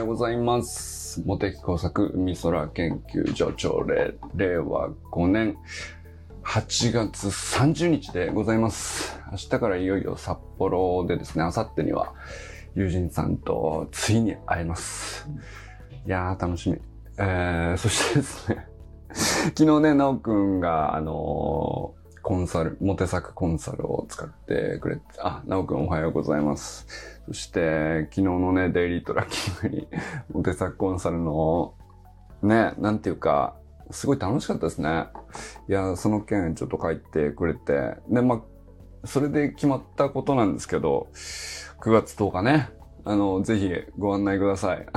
ようございます。茂木工作海空研究所朝礼令和5年8月30日でございます。明日からいよいよ札幌でですね、明後日には友人さんとついに会えます。いやー楽しみ。そしてですね、昨日ね、なおくんがコンサル、モテ作コンサルを使ってくれて、なおくんおはようございます。そして、昨日のね、デイリートラッキングに、モテ作コンサルの、ね、なんていうか、すごい楽しかったですね。いや、その件ちょっと書いてくれて、で、それで決まったことなんですけど、9月10日ね、ぜひご案内ください。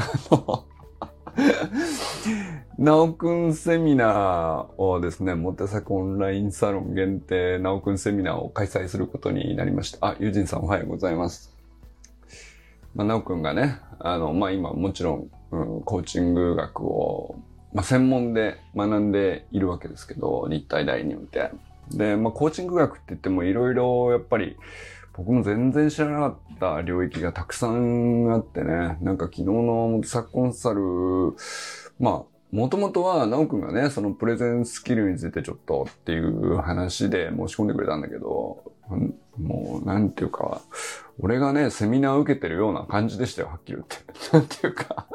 なおくんセミナーをですね、モテ作オンラインサロン限定なおくんセミナーを開催することになりました。ユージンさんおはようございます。なおくんがね、今もちろん、コーチング学を、専門で学んでいるわけですけど、日体大において。で、コーチング学って言ってもいろいろやっぱり、僕も全然知らなかった領域がたくさんあってね、なんか昨日のモテ作コンサル、もともとは、なおくんがね、そのプレゼンスキルについてちょっとっていう話で申し込んでくれたんだけど、もう、なんていうか、俺がね、セミナー受けてるような感じでしたよ、はっきり言って。なんていうか、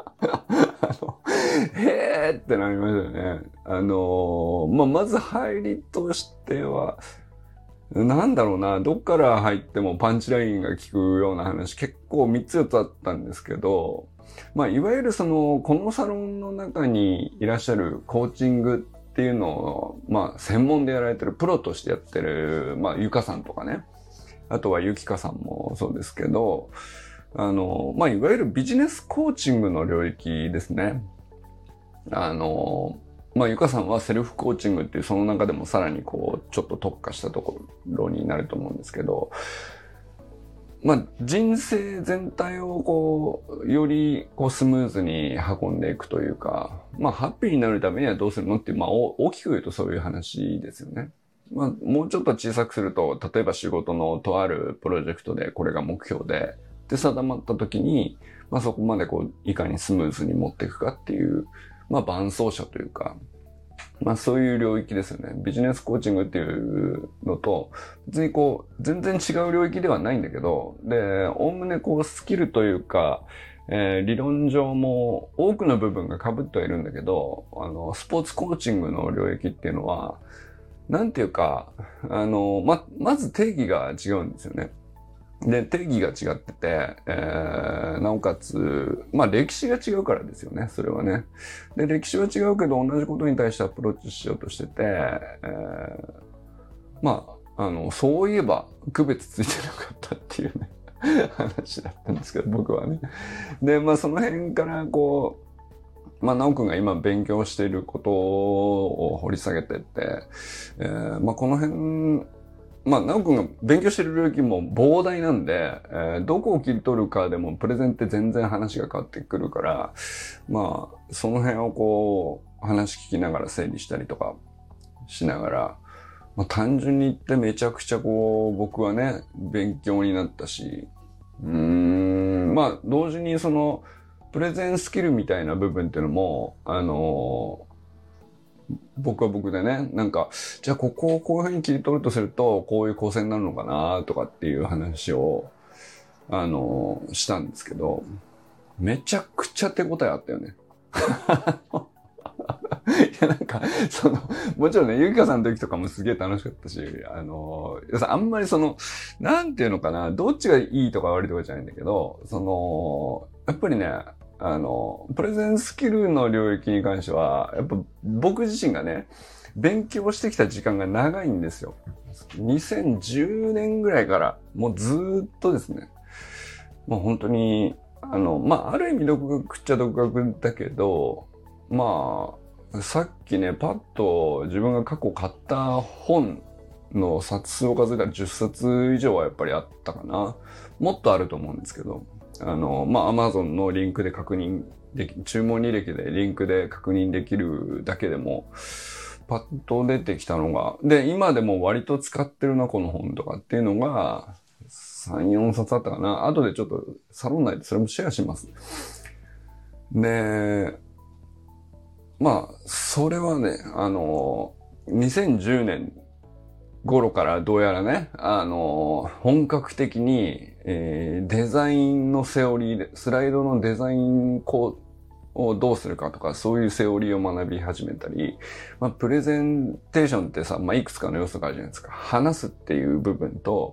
へーってなりましたよね。まず入りとしては、なんだろうな、どっから入ってもパンチラインが効くような話、結構3つ4つあったんですけど、いわゆるこのサロンの中にいらっしゃるコーチングっていうのを、専門でやられてる、プロとしてやってる、ゆかさんとかね、あとはゆきかさんもそうですけど、いわゆるビジネスコーチングの領域ですね。ゆかさんはセルフコーチングっていうその中でもさらにちょっと特化したところになると思うんですけど、人生全体をよりスムーズに運んでいくというか、ハッピーになるためにはどうするのっていう、大きく言うとそういう話ですよね。もうちょっと小さくすると、例えば仕事のとあるプロジェクトでこれが目標で定まった時に、そこまでいかにスムーズに持っていくかっていう、伴走者というか、そういう領域ですよね。ビジネスコーチングっていうのと、別に全然違う領域ではないんだけど、で、おおむねスキルというか、理論上も多くの部分が被ってはいるんだけど、スポーツコーチングの領域っていうのは、なんていうか、まず定義が違うんですよね。で、定義が違ってて、なおかつ、歴史が違うからですよね、それはね。で、歴史は違うけど、同じことに対してアプローチしようとしてて、そういえば、区別ついてなかったっていうね、話だったんですけど、僕はね。で、その辺から、なおくんが今勉強していることを掘り下げてって、この辺、なおくんが勉強してる領域も膨大なんで、どこを切り取るかでもプレゼンって全然話が変わってくるから、その辺を話聞きながら整理したりとかしながら、単純に言ってめちゃくちゃ僕はね、勉強になったし、同時にプレゼンスキルみたいな部分っていうのも、僕は僕でね、じゃあここをこういう風に切り取るとすると、こういう構成になるのかなとかっていう話を、したんですけど、めちゃくちゃ手応えあったよね。いやもちろんね、ゆきかさんの時とかもすげえ楽しかったし、あんまりなんていうのかな、どっちがいいとか悪いとかじゃないんだけど、やっぱりね、プレゼンスキルの領域に関しては、やっぱ僕自身がね、勉強してきた時間が長いんですよ。2010年ぐらいから、もうずーっとですね、もう本当に、ある意味独学っちゃ独学だけど、さっきね、パッと自分が過去買った本の冊数を数えたら10冊以上はやっぱりあったかな。もっとあると思うんですけど、Amazon のリンクで確認でき、注文履歴でリンクで確認できるだけでも、パッと出てきたのが、で、今でも割と使ってるな、この本とかっていうのが、3、4冊あったかな。後でちょっとサロン内でそれもシェアします。 で、まあ、それはね、2010年頃からどうやらね、本格的に、デザインのセオリーで、スライドのデザインをどうするかとか、そういうセオリーを学び始めたり、まあ、プレゼンテーションってさ、まあ、いくつかの要素があるじゃないですか。話すっていう部分と、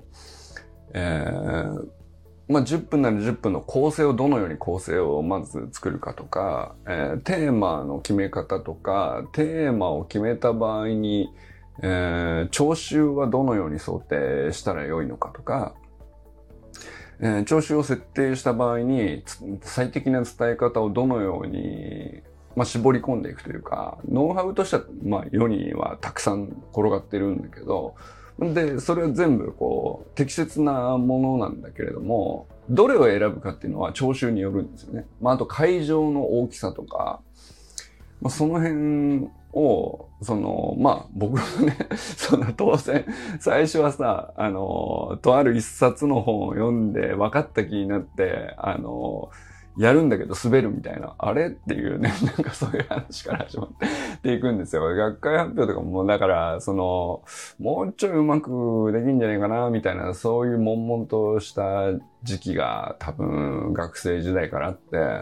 まあ、10分なら10分の構成をどのように構成をまず作るかとか、テーマの決め方とか、テーマを決めた場合に、聴衆はどのように想定したらよいのかとか、聴衆を設定した場合に最適な伝え方をどのように、まあ、絞り込んでいくというか、ノウハウとしては、まあ、世にはたくさん転がってるんだけど、で、それは全部こう、適切なものなんだけれども、どれを選ぶかっていうのは聴衆によるんですよね。まあ、あと会場の大きさとか、まあ、その辺を、まあ、僕もね、当然、最初はさ、とある一冊の本を読んで分かった気になって、やるんだけど滑るみたいな、あれっていうね、なんかそういう話から始まっていくんですよ。学会発表とかも、だから、もうちょいうまくできんじゃないかな、みたいな、そういう悶々とした時期が多分学生時代からあって、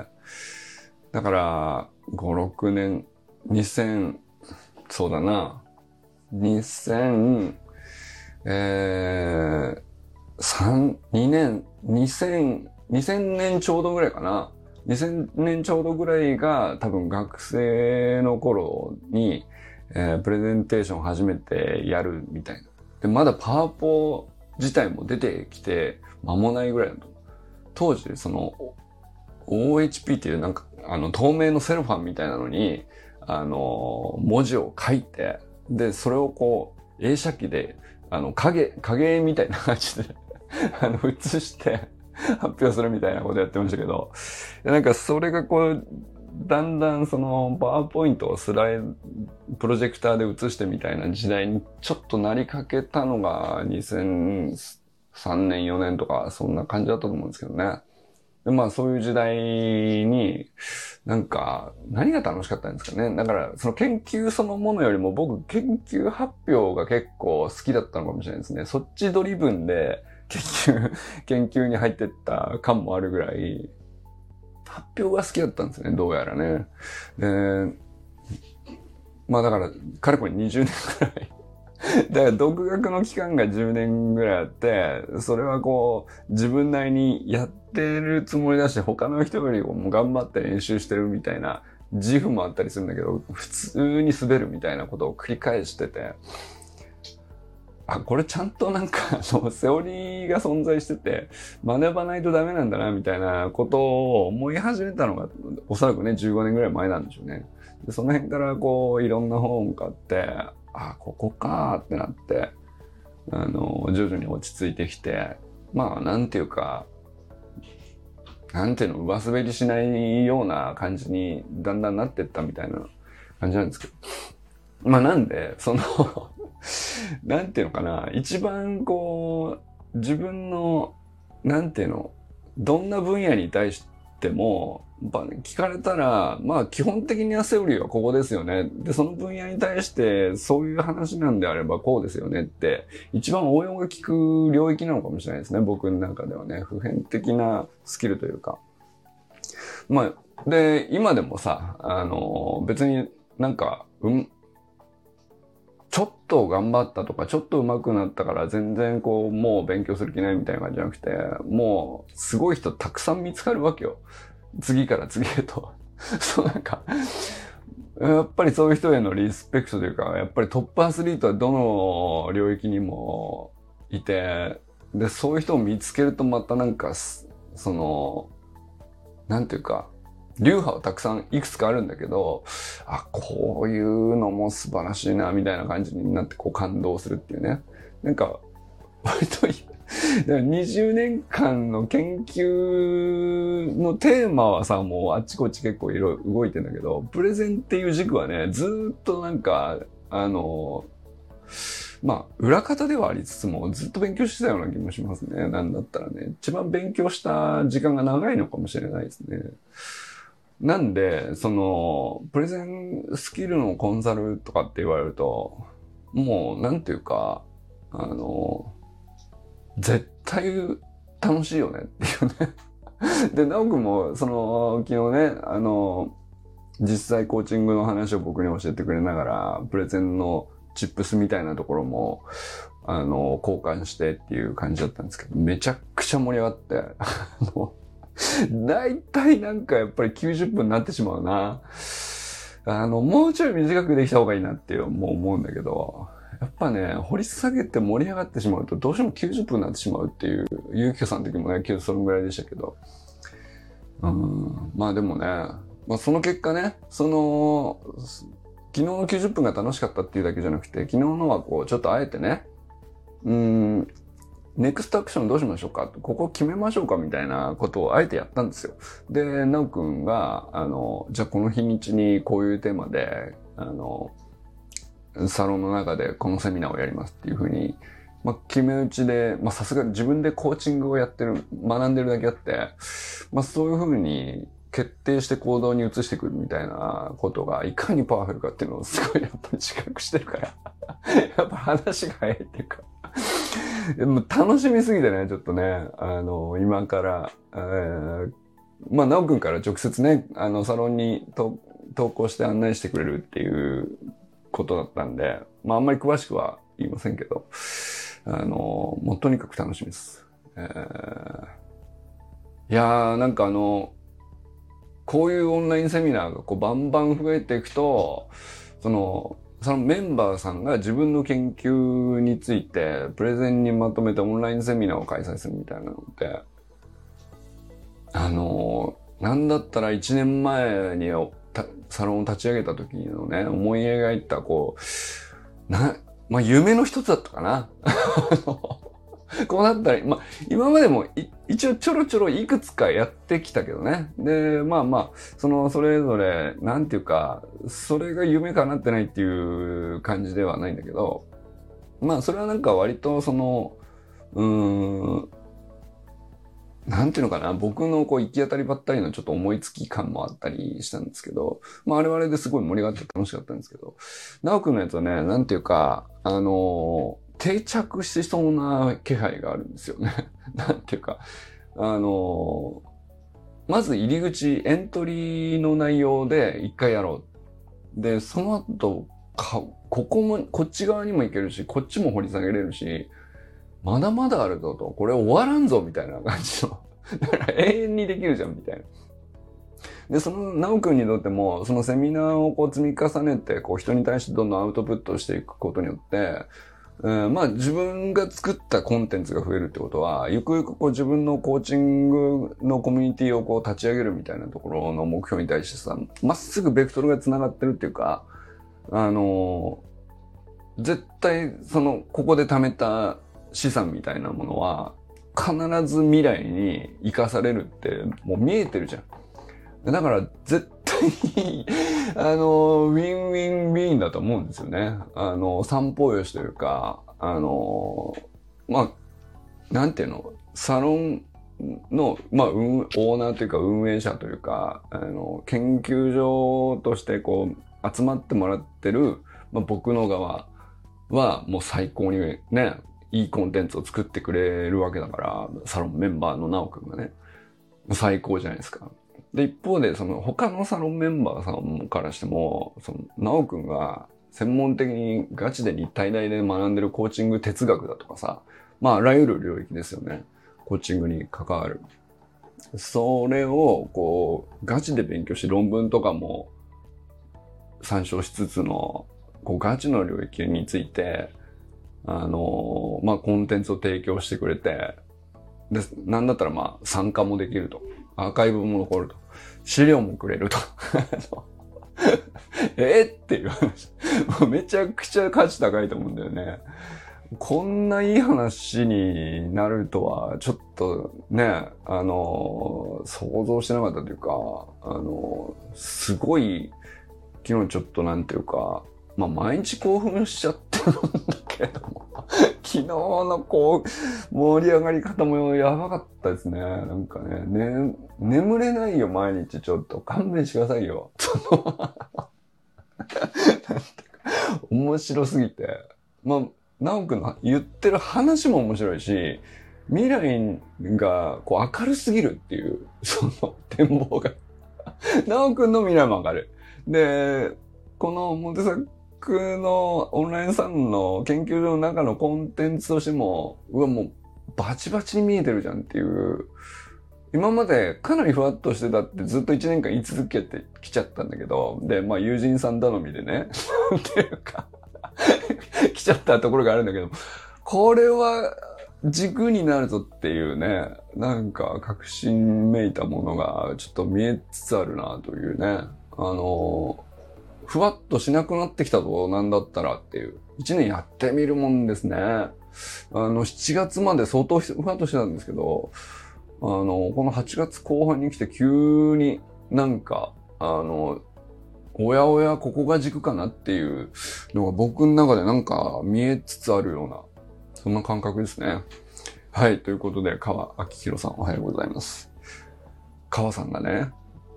だから、5、6年、2000、そうだな、2000、2年、2000年ちょうどぐらいかな。2000年ちょうどぐらいが多分学生の頃に、プレゼンテーション初めてやるみたいな。で、まだパワポ自体も出てきて間もないぐらいだと。当時、OHP っていうなんか、透明のセロファンみたいなのに、文字を書いて、で、それをこう、映写機で、影みたいな感じで映して発表するみたいなことやってましたけど、なんかそれがこう、だんだんパワーポイントをプロジェクターで映してみたいな時代にちょっとなりかけたのが2003年、4年とか、そんな感じだったと思うんですけどね。で、まあそういう時代に、なんか、何が楽しかったんですかね。だから、その研究そのものよりも僕、研究発表が結構好きだったのかもしれないですね。そっちドリブンで、研究に入ってった感もあるぐらい、発表が好きだったんですね、どうやらね。で、まあだから、かれこれ20年くらい。だから独学の期間が10年ぐらいあって、それはこう、自分なりにやってるつもりだし、他の人よりも頑張って練習してるみたいな自負もあったりするんだけど、普通に滑るみたいなことを繰り返してて、あ、これちゃんとなんか、セオリーが存在してて、学ばないとダメなんだな、みたいなことを思い始めたのが、おそらくね、15年ぐらい前なんでしょうね。でその辺からこう、いろんな本を買って、あ、ここかーってなって、徐々に落ち着いてきて、まあ、なんていうか、なんていうの、上滑りしないような感じにだんだんなってったみたいな感じなんですけど。まあなんで、なんていうのかな、一番こう、自分の、なんていうの、どんな分野に対しても、聞かれたら、まあ基本的にはセオリーはここですよね。で、その分野に対してそういう話なんであればこうですよねって、一番応用が効く領域なのかもしれないですね。僕の中ではね、普遍的なスキルというか。まあ、で、今でもさ、別になんか、ちょっと頑張ったとか、ちょっと上手くなったから全然こう、もう勉強する気ないみたいな感じじゃなくて、もう、すごい人たくさん見つかるわけよ。次から次へと。そうなんか、やっぱりそういう人へのリスペクトというか、やっぱりトップアスリートはどの領域にもいて、で、そういう人を見つけるとまたなんか、なんていうか、流派はたくさんいくつかあるんだけど、あ、こういうのも素晴らしいな、みたいな感じになってこう感動するっていうね。なんか、割と20年間の研究のテーマはさ、もうあっちこっち結構いろいろ動いてんだけど、プレゼンっていう軸はね、ずーっとなんか、まあ、裏方ではありつつも、ずっと勉強してたような気もしますね。なんだったらね。一番勉強した時間が長いのかもしれないですね。 なんで、その、プレゼンスキルのコンサルとかって言われると、もう、なんていうか、絶対楽しいよねっていうね。で、なおくんも、その、昨日ね、実際コーチングの話を僕に教えてくれながら、プレゼンのチップスみたいなところも、交換してっていう感じだったんですけど、めちゃくちゃ盛り上がって、だいたいなんかやっぱり90分になってしまうな。もうちょい短くできた方がいいなっていうもう思うんだけど、やっぱね、掘り下げて盛り上がってしまうとどうしても90分になってしまうっていう、ゆうきこさんの時もね、そのぐらいでしたけど。まあでもね、まあその結果ね、昨日の90分が楽しかったっていうだけじゃなくて、昨日のはこう、ちょっとあえてね、ネクストアクションどうしましょうか、ここ決めましょうかみたいなことをあえてやったんですよ。で、なおくんが、じゃあこの日にちにこういうテーマで、サロンの中でこのセミナーをやりますっていうふうに、まあ、決め打ちで、まあ、さすがに自分でコーチングをやってる、学んでるだけあって、まあ、そういうふうに決定して行動に移してくるみたいなことがいかにパワフルかっていうのをすごいやっぱり自覚してるから、やっぱ話が早いっていうか、でも楽しみすぎてね、ちょっとね、今から、まあ、なおくんから直接ね、サロンに投稿して案内してくれるっていうことだったんで、まあ、あんまり詳しくは言いませんけど、もうとにかく楽しみです。いやー、なんかこういうオンラインセミナーがこうバンバン増えていくと、そのメンバーさんが自分の研究についてプレゼンにまとめてオンラインセミナーを開催するみたいなのって、なんだったら1年前にサロンを立ち上げた時のね、思い描いたこう、まあ夢の一つだったかな。こうなったら、まあ、今までも一応ちょろちょろいくつかやってきたけどね。で、まあまあ、それぞれ、なんていうか、それが夢かなってないっていう感じではないんだけど、まあ、それはなんか割となんていうのかな、僕のこう行き当たりばったりのちょっと思いつき感もあったりしたんですけど、まああれはあれですごい盛り上がって楽しかったんですけど、なおくんのやつはね、なんていうか、定着しそうな気配があるんですよね。なんていうか、まず入り口、エントリーの内容で一回やろう。で、その後、こっち側にも行けるし、こっちも掘り下げれるし、まだまだあるぞと、これ終わらんぞみたいな感じの。だから永遠にできるじゃんみたいな。で、その、なおくんにとっても、そのセミナーをこう積み重ねて、こう人に対してどんどんアウトプットしていくことによって、まあ自分が作ったコンテンツが増えるってことは、ゆくゆくこう自分のコーチングのコミュニティをこう立ち上げるみたいなところの目標に対してさ、まっすぐベクトルが繋がってるっていうか、絶対ここで貯めた資産みたいなものは、必ず未来に生かされるってもう見えてるじゃん。だから絶対に、ウィンウィンウィンだと思うんですよね。散歩よしというか、まあ、なんていうの、サロンの、まあ、オーナーというか運営者というか、研究所としてこう、集まってもらってる、まあ、僕の側はもう最高にね、いいコンテンツを作ってくれるわけだから、サロンメンバーのなおくんがね、最高じゃないですか。で、一方で、他のサロンメンバーさんからしても、なおくんが専門的にガチで日体大で学んでるコーチング哲学だとかさ、まあ、あらゆる領域ですよね。コーチングに関わる。それを、こう、ガチで勉強し、論文とかも参照しつつの、こう、ガチの領域について、まあ、コンテンツを提供してくれて、で、なんだったらまあ、参加もできると。アーカイブも残ると。資料もくれると。っていう話。もうめちゃくちゃ価値高いと思うんだよね。こんないい話になるとは、ちょっとね、想像してなかったというか、すごい、昨日ちょっとなんていうか、まあ毎日興奮しちゃってるんだけども。 昨日の盛り上がり方もやばかったですね。なんかね、眠れないよ、毎日。ちょっと勘弁してくださいよ。面白すぎて。まあ、なおくんの言ってる話も面白いし、未来が明るすぎるっていう、その展望が。なおくんの未来も明るい。で、このモテ作のオンラインサロンの研究所の中のコンテンツとしても、もうバチバチに見えてるじゃんっていう、今までかなりふわっとしてたってずっと1年間言い続けてきちゃったんだけど、で、まあ友人さん頼みでね、っていうか、来ちゃったところがあるんだけど、これは軸になるぞっていうね、なんか確信めいたものがちょっと見えつつあるなというね、ふわっとしなくなってきたぞ、なんだったらっていう。1年やってみるもんですね。7月まで相当ふわっとしてたんですけど、この8月後半に来て急になんか、おやおやここが軸かなっていうのが僕の中でなんか見えつつあるような、そんな感覚ですね。はい。ということで、川明宏さんおはようございます。川さんがね、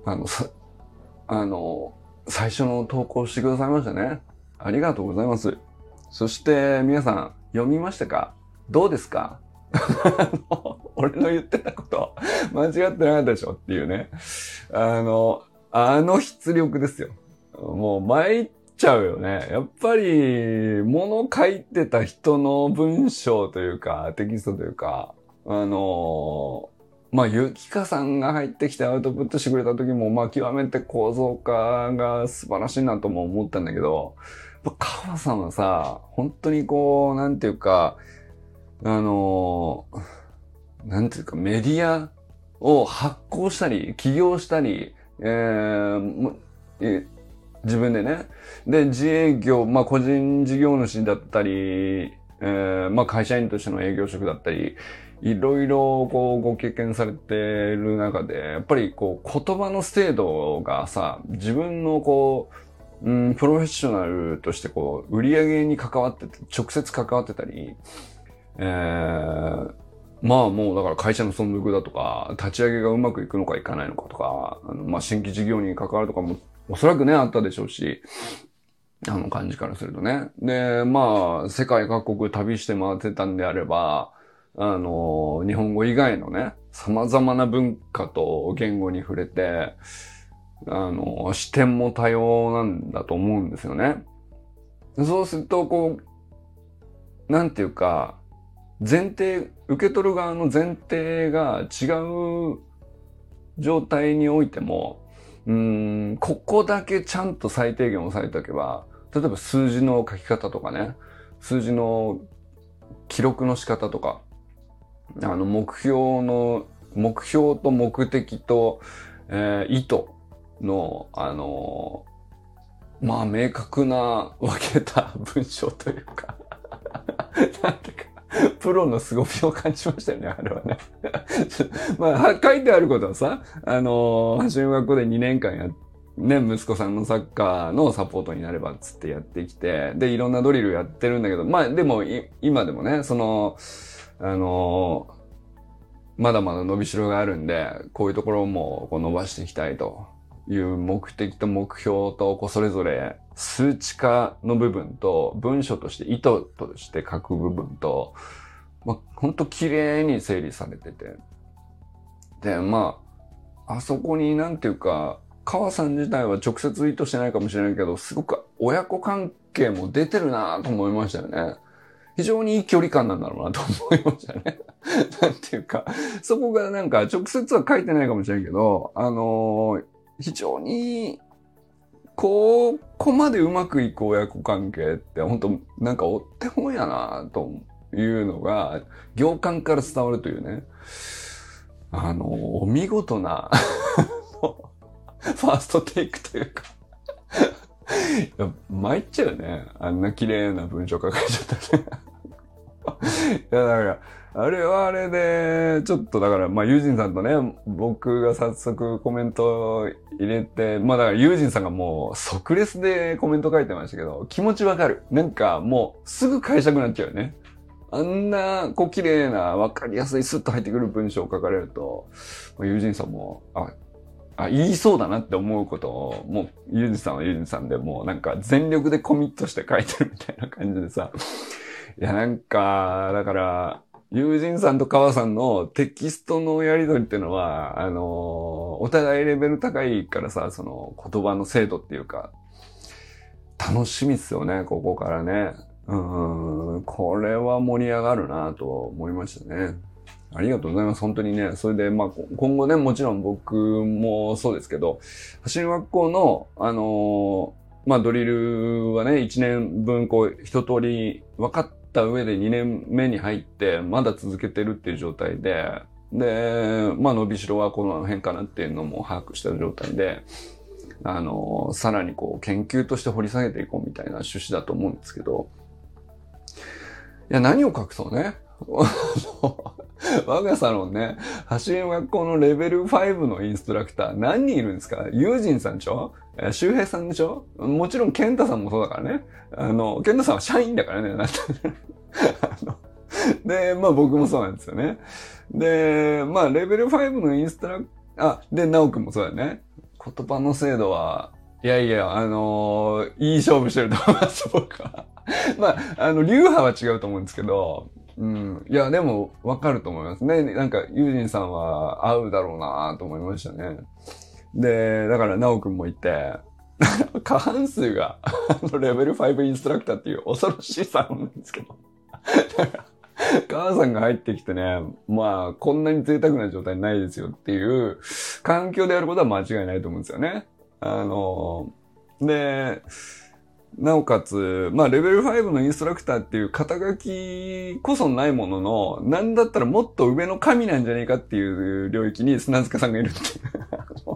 最初の投稿してくださいましたね。ありがとうございます。そして皆さん読みましたか？どうですか？俺の言ってたこと間違ってなかったでしょっていうね。あの出力ですよ。もう参っちゃうよね。やっぱり物書いてた人の文章というかテキストというか、まあ、ゆきかさんが入ってきてアウトプットしてくれた時も、まあ、極めて構造化が素晴らしいなとも思ったんだけど、川さんはさ、本当になんていうか、なんていうか、メディアを発行したり、起業したり、自分でね。で、自営業、まあ、個人事業主だったり、まあ、会社員としての営業職だったり、いろいろご経験されてる中で、やっぱり言葉の精度がさ、自分のプロフェッショナルとして売り上げに関わってて、直接関わってたり、まあもうだから会社の存続だとか、立ち上げがうまくいくのかいかないのかとか、まあ新規事業に関わるとかもおそらくね、あったでしょうし、感じからするとね。で、まあ世界各国旅して回ってたんであれば、日本語以外のね、様々な文化と言語に触れて、視点も多様なんだと思うんですよね。そうすると、なんていうか、受け取る側の前提が違う状態においても、ここだけちゃんと最低限押さえておけば、例えば数字の書き方とかね、数字の記録の仕方とか、目標と目的と、意図の、まあ、明確な分けた文章というか、なんていうか、プロの凄みを感じましたよね、あれはね。まあ、書いてあることはさ、中学校で2年間ね、息子さんのサッカーのサポートになればっつってやってきて、で、いろんなドリルやってるんだけど、まあ、でも、今でもね、まだまだ伸びしろがあるんで、こういうところも伸ばしていきたいという目的と目標と、それぞれ数値化の部分と、文書として意図として書く部分と、まあ、ほんと綺麗に整理されてて。で、まあ、あそこになんていうか、川さん自体は直接意図してないかもしれないけど、すごく親子関係も出てるなと思いましたよね。非常にいい距離感なんだろうなと思いましたね。なんていうか、そこがなんか直接は書いてないかもしれないけど、非常に、ここまでうまくいく親子関係って本当なんかお手本やなというのが行間から伝わるというね。お見事なファーストテイクというかいや参っちゃうね。あんな綺麗な文章書かれちゃったね。いや、だから、あれはあれで、ちょっとだから、まあ、ユージンさんとね、僕が早速コメントを入れて、まあだからユージンさんがもう即レスでコメント書いてましたけど、気持ちわかる。なんかもうすぐ返したくなっちゃうよね。 あんな、綺麗な、わかりやすい、スッと入ってくる文章を書かれると、友人さんも、言いそうだなって思うことを、もう、ユージさんはユージさんでもうなんか全力でコミットして書いてるみたいな感じでさ。いや、なんか、だから、友人さんと川さんのテキストのやりとりっていうのは、お互いレベル高いからさ、その言葉の精度っていうか、楽しみっすよね、ここからね。これは盛り上がるなと思いましたね。ありがとうございます。本当にね。それで、今後ね、もちろん僕もそうですけど、走り学校の、ドリルはね、1年分一通り分かった上で2年目に入って、まだ続けてるっていう状態で、で、伸びしろはこの辺かなっていうのも把握した状態で、さらに研究として掘り下げていこうみたいな趣旨だと思うんですけど、いや、何を隠そうね。我がサロンね、走りの学校のレベル5のインストラクター何人いるんですか？ユージンさんでしょ？周平さんでしょ？もちろんケンタさんもそうだからね。ケンタさんは社員だからね。で、僕もそうなんですよね。で、レベル5のインストラクター、で、ナオくんもそうだよね。言葉の精度は、いやいや、いい勝負してると思います、僕は。流派は違うと思うんですけど、いや、でも、わかると思いますね。なんか、ユージンさんは合うだろうなと思いましたね。で、だから、ナオくんもいて、過半数が、レベル5インストラクターっていう恐ろしいサロンなんですけど。母さんが入ってきてね、こんなに贅沢な状態ないですよっていう環境でやることは間違いないと思うんですよね。で、なおかつ、レベル5のインストラクターっていう肩書きこそないものの、なんだったらもっと上の神なんじゃねえかっていう領域に砂塚さんがいるっていう。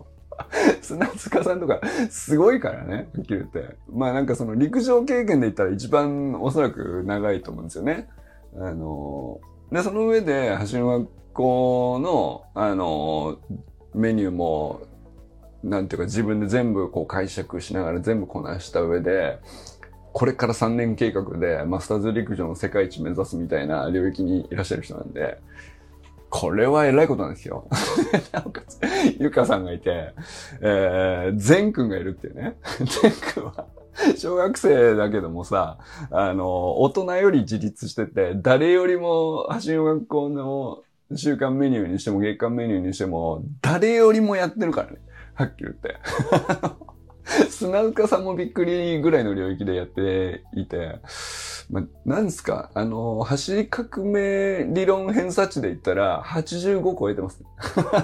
砂塚さんとかすごいからね、はっきり言って。なんかその陸上経験で言ったら一番おそらく長いと思うんですよね。で、その上で走り学校の、メニューも、なんていうか自分で全部解釈しながら全部こなした上で、これから3年計画でマスターズ陸上の世界一目指すみたいな領域にいらっしゃる人なんで、これは偉いことなんですよ。なおかつ、ゆかさんがいて、ゼン君がいるっていうね。ゼン君は、小学生だけどもさ、大人より自立してて、誰よりも走りの学校の週間メニューにしても月間メニューにしても、誰よりもやってるからね。はっきり言って。砂塚さんもびっくりぐらいの領域でやっていて、なんですか、走り革命理論偏差値で言ったら85超えてますね。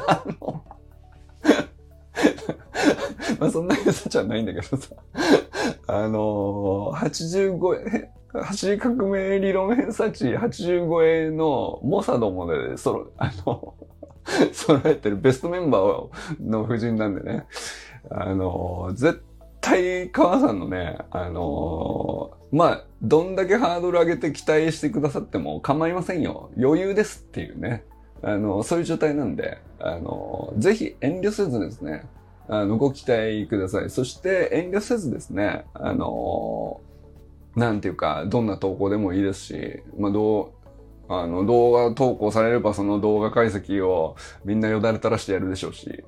そんな偏差値はないんだけどさ。85、走り革命理論偏差値85円のモサドもね、揃えてるベストメンバーの夫人なんでね。絶対川さんのね、どんだけハードル上げて期待してくださっても構いませんよ。余裕ですっていうね。そういう状態なんで、ぜひ遠慮せずですね、ご期待ください。そして遠慮せずですね、なんていうか、どんな投稿でもいいですし、動画投稿されればその動画解析をみんなよだれ垂らしてやるでしょうし。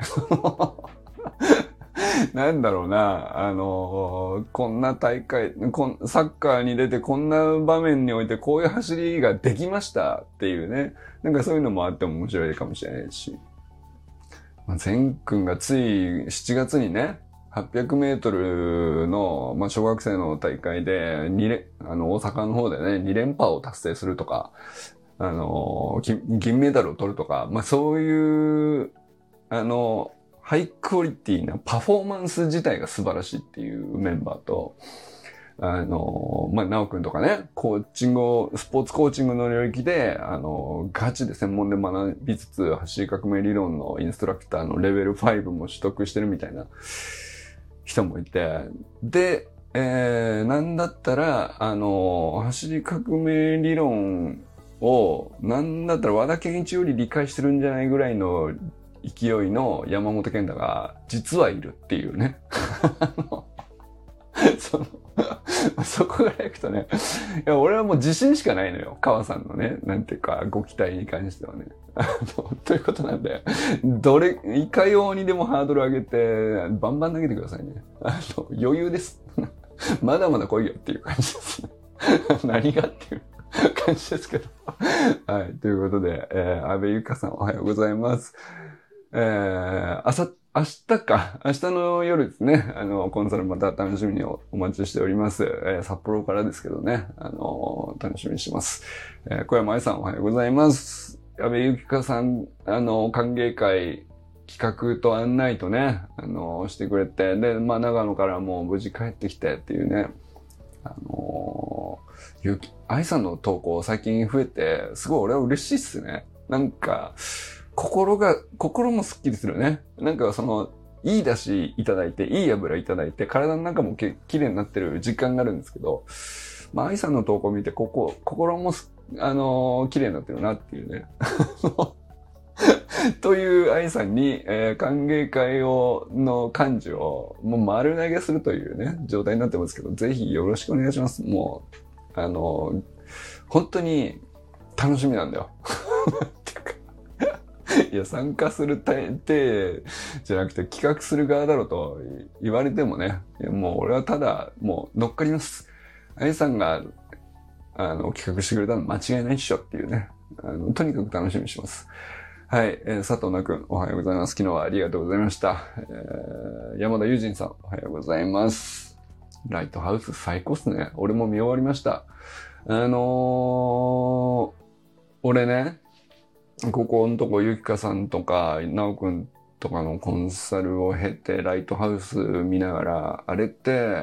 なんだろうな、こんな大会、サッカーに出てこんな場面においてこういう走りができましたっていうね。なんかそういうのもあっても面白いかもしれないし。全くんがつい7月にね、800メートルの、小学生の大会で大阪の方でね、2連覇を達成するとか、銀メダルを取るとか、そういう、ハイクオリティなパフォーマンス自体が素晴らしいっていうメンバーと、なおくんとかね、スポーツコーチングの領域で、ガチで専門で学びつつ、走り革命理論のインストラクターのレベル5も取得してるみたいな人もいて、で、なんだったら、走り革命理論を、なんだったら和田健一より理解してるんじゃないぐらいの勢いの山本健太が実はいるっていうね。 そこから行くとね、いや、俺はもう自信しかないのよ。川さんのね、なんていうか、ご期待に関してはね。ということなんで、いかようにでもハードル上げて、バンバン投げてくださいね。余裕です。まだまだ来いよっていう感じですね。何がっていう感じですけど。はい。ということで、安倍ゆかさんおはようございます。明日の夜ですね。コンサルまた楽しみにお待ちしております。札幌からですけどね。楽しみにしてます。小山愛さんおはようございます。安倍ゆきかさん、歓迎会、企画と案内とね、してくれて、で、まあ、長野からもう無事帰ってきてっていうね、愛さんの投稿最近増えて、すごい俺は嬉しいっすね。なんか、心もスッキリするね。なんかいい出汁いただいて、いい油いただいて、体の中も綺麗になってる実感があるんですけど、まあ、愛さんの投稿見て、心も綺麗になってるなっていうね。という愛さんに、歓迎会の幹事をもう丸投げするというね、状態になってますけど、ぜひよろしくお願いします。もう、本当に楽しみなんだよ。いや、参加する手じゃなくて企画する側だろうと言われてもね、もう俺はただ、もう乗っかります。愛さんが、企画してくれたの間違いないっしょっていうね。とにかく楽しみにします。はい、佐藤那くん、おはようございます。昨日はありがとうございました。山田友人さん、おはようございます。ライトハウス最高っすね。俺も見終わりました。俺ね、ここのとこゆきかさんとか、なおくんとかのコンサルを経て、ライトハウス見ながら、あれって、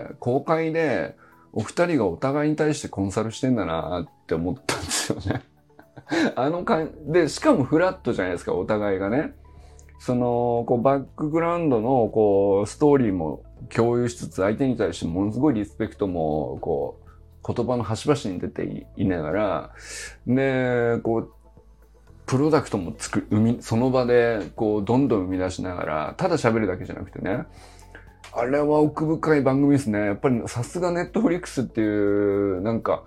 公開で、お二人がお互いに対してコンサルしてんだなって思ったんですよね。で、しかもフラットじゃないですか、お互いがね。バックグラウンドの、ストーリーも共有しつつ、相手に対してものすごいリスペクトも、言葉の端々に出ていながら、で、プロダクトもその場で、どんどん生み出しながら、ただ喋るだけじゃなくてね。あれは奥深い番組ですね。やっぱりさすがネットフリックスっていう、なんか、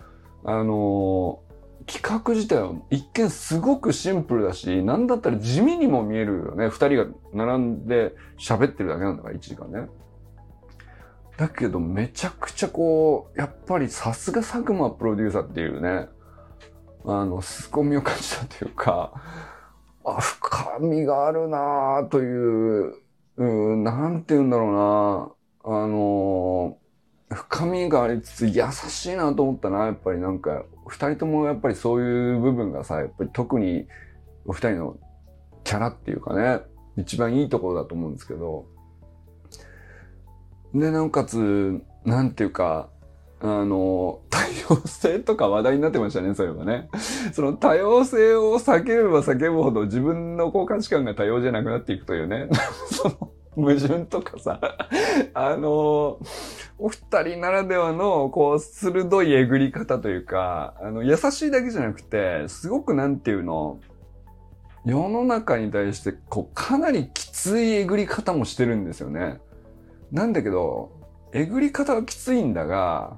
企画自体は一見すごくシンプルだし、なんだったら地味にも見えるよね。二人が並んで喋ってるだけなんだから、1時間ね。だけどめちゃくちゃやっぱりさすが佐久間プロデューサーっていうね、凄みを感じたというか、深みがあるなぁという、なんて言うんだろうな、深みがありつつ優しいなと思ったな、やっぱりなんか、二人ともやっぱりそういう部分がさ、やっぱり特にお二人のキャラっていうかね、一番いいところだと思うんですけど、で、なおかつ、なんていうか、多様性とか話題になってましたね、そういえばね。その多様性を叫べば叫ぶほど自分の価値観が多様じゃなくなっていくというね。その矛盾とかさ、お二人ならではの、鋭いえぐり方というか、優しいだけじゃなくて、すごくなんていうの、世の中に対して、かなりきついえぐり方もしてるんですよね。なんだけど、えぐり方はきついんだが、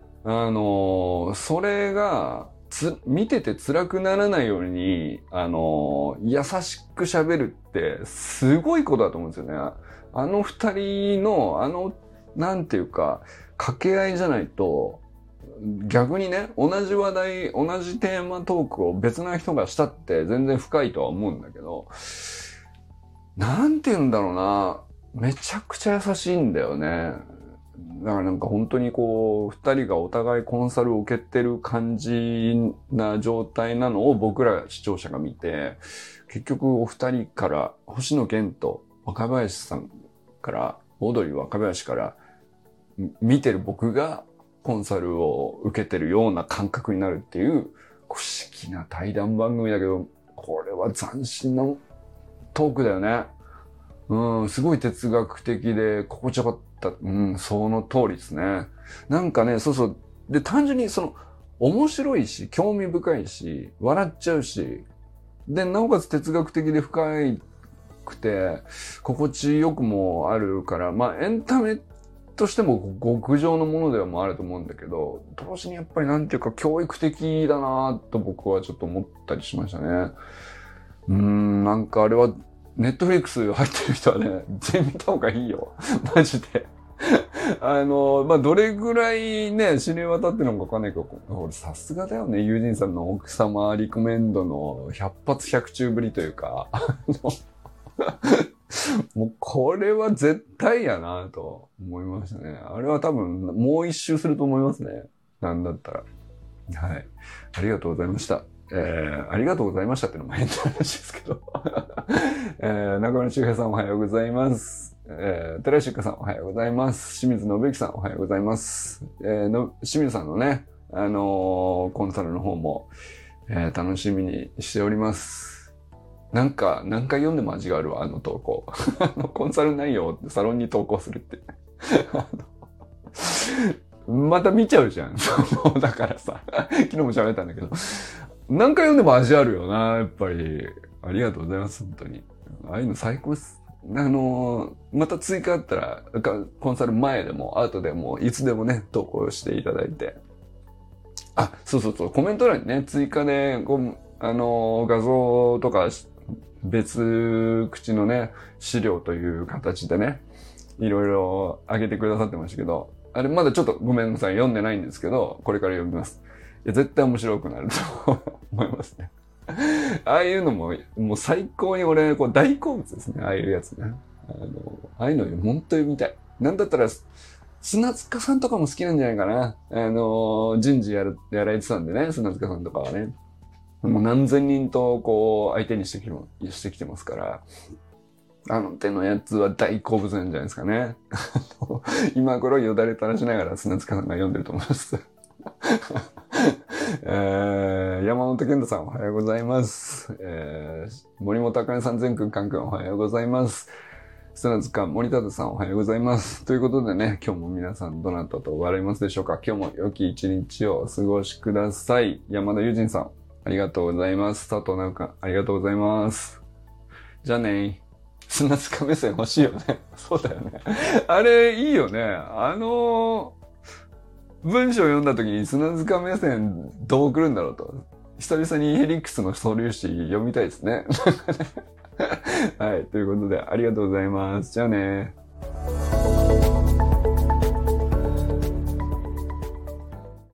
それが、見てて辛くならないように、優しく喋るって、すごいことだと思うんですよね。二人の、なんていうか、掛け合いじゃないと、逆にね、同じ話題、同じテーマトークを別な人がしたって全然深いとは思うんだけど、なんて言うんだろうな、めちゃくちゃ優しいんだよね。だからなんか本当に二人がお互いコンサルを受けてる感じな状態なのを僕ら視聴者が見て、結局お二人から、星野源と若林さんから、オードリー若林から見てる僕がコンサルを受けてるような感覚になるっていう、不思議な対談番組だけど、これは斬新なトークだよね。すごい哲学的で心地よかった。その通りですね。なんかね、そうそう。で、単純に面白いし、興味深いし、笑っちゃうし、で、なおかつ哲学的で深くて、心地よくもあるから、まあ、エンタメとしても極上のものではもあると思うんだけど、同時にやっぱりなんていうか教育的だなと僕はちょっと思ったりしましたね。なんかあれは、ネットフリックス入ってる人はね、全然見た方がいいよ。マジで。どれぐらいね、知れ渡ってるのかわかんないけど、俺さすがだよね、友人さんの奥様リコメンドの100発100中ぶりというか、もうこれは絶対やなと思いましたね。あれは多分もう一周すると思いますね。なんだったら。はい。ありがとうございました。ありがとうございましたっていうのも変な話ですけど。中村修平さんおはようございます。寺石香さんおはようございます。清水信之さんおはようございます。清水さんのね、コンサルの方も、楽しみにしております。なんか、何回読んでも味があるわ、あの投稿。コンサル内容をサロンに投稿するって。また見ちゃうじゃん。だからさ、昨日も喋ったんだけど。何回読んでも味あるよな、やっぱり。ありがとうございます、本当に。ああいうの最高です。また追加あったら、コンサル前でも、後でも、いつでもね、投稿していただいて。あ、そう、コメント欄にね、追加で、画像とか、別口のね、資料という形でね、いろいろ上げてくださってましたけど、あれまだちょっとごめんなさい、読んでないんですけど、これから読みます。いや、絶対面白くなると思いますね。ああいうのも、もう最高に俺、大好物ですね。ああいうやつね。ああいうの本当に見たい。なんだったら、砂塚さんとかも好きなんじゃないかな。人事やられてたんでね、砂塚さんとかはね。もう何千人と相手にしてきてますから。あの手のやつは大好物なんじゃないですかね。今頃よだれ垂らしながら砂塚さんが読んでると思います。山本健太さんおはようございます。森本茜さん、全くんかんくんおはようございます。砂塚森田さんおはようございます。ということでね、今日も皆さんどなたと笑いますでしょうか。今日も良き一日をお過ごしください。山田友人さん、ありがとうございます。佐藤直香、ありがとうございます。じゃあね。砂塚目線欲しいよね。そうだよね。あれ、いいよね。文章を読んだ時に砂塚目線どう来るんだろうと。久々にヘリクスの素粒子読みたいですね。はい。ということで、ありがとうございます。じゃあね。